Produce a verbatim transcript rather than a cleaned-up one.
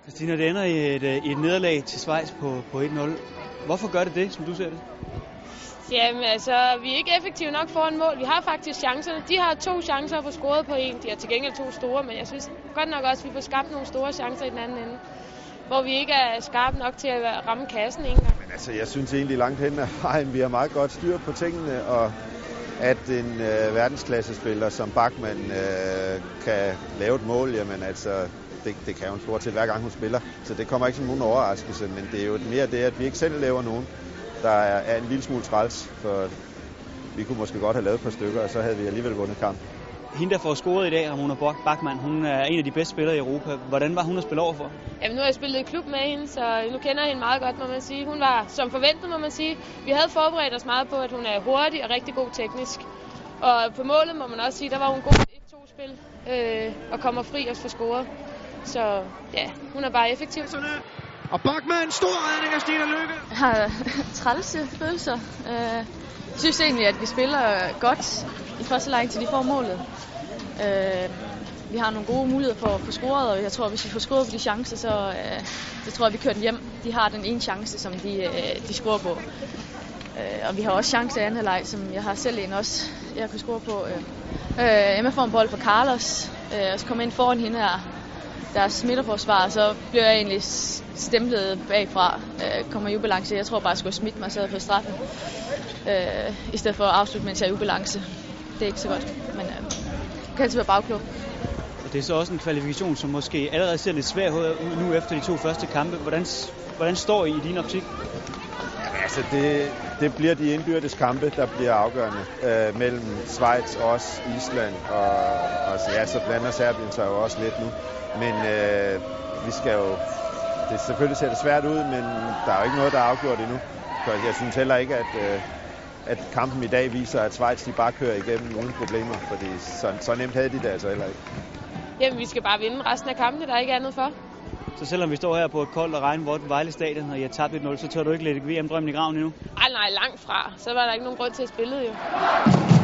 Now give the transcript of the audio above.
Christina, det ender i et, i et nederlag til Schweiz på, på et nul. Hvorfor gør det det, som du ser det? Jamen altså, vi er ikke effektive nok foran mål. Vi har faktisk chancerne. De har to chancer at få scoret på en. De har til gengæld to store, men jeg synes godt nok også, at vi får skabt nogle store chancer i den anden ende. Hvor vi ikke er skarpe nok til at ramme kassen engang. Men altså, jeg synes egentlig langt hen ad vejen, vi har meget godt styr på tingene, og at en øh, verdensklassespiller som Bachmann øh, kan lave et mål, jamen altså, det, det kan hun stort set hver gang hun spiller. Så det kommer ikke som nogen overraskelse, men det er jo mere det, at vi ikke selv laver nogen, der er, er en lille smule træls, for vi kunne måske godt have lavet et par stykker, og så havde vi alligevel vundet kampen. Hende, der får scoret i dag, Ramona Bachmann, hun er en af de bedste spillere i Europa. Hvordan var hun at spille over for? Jamen, nu har jeg spillet i klub med hende, så nu kender jeg hende meget godt, må man sige. Hun var som forventet, må man sige. Vi havde forberedt os meget på, at hun er hurtig og rigtig god teknisk. Og på målet, må man også sige, der var hun god i et to-spil øh, og kommer fri og får scoret. Så ja, hun er bare effektiv. Og Bachmann, stor redning af Stine Lykke. Jeg har trælse følelser. Jeg synes egentlig, at vi spiller godt i første leg, til de får målet. Vi har nogle gode muligheder for at få scoret, og jeg tror, at hvis vi får scoret på de chancer, så, så tror jeg, at vi kører den hjem. De har den ene chance, som de, de scorer på. Og vi har også chance i anden leg, som jeg har selv en også, jeg kan score på. Emma får en bold fra Carlos, og så kommer ind foran hende her. Deres midterforsvar, så bliver jeg egentlig stemplet bagfra, øh, kommer i ubalance. Jeg tror bare, jeg skulle smitte mig, så jeg havde fået straffen, øh, i stedet for at afslutte, mens jeg er i ubalance. Det er ikke så godt, men øh, jeg kan altid være bagklog. Og det er så også en kvalifikation, som måske allerede ser lidt svær ud nu efter de to første kampe. Hvordan, hvordan står I i din optik? Ja, altså det, det bliver de indbyrdes kampe, der bliver afgørende øh, mellem Schweiz, os, Island og, og ja, så blander Serbien sig jo også lidt nu. Men øh, vi skal jo, det selvfølgelig ser det svært ud, men der er jo ikke noget, der er afgjort endnu. Så jeg synes heller ikke, at, øh, at kampen i dag viser, at Schweiz de bare kører igennem uden problemer, fordi så, så nemt havde de det altså heller ikke. Jamen, vi skal bare vinde resten af kampene, der er ikke andet for. Så selvom vi står her på et koldt og regnvådt Vejle Stadion, og I har tabt et nul, så tør du ikke lægge V M-drømmen i graven endnu? Ej, nej, langt fra. Så var der ikke nogen grund til at spille, jo.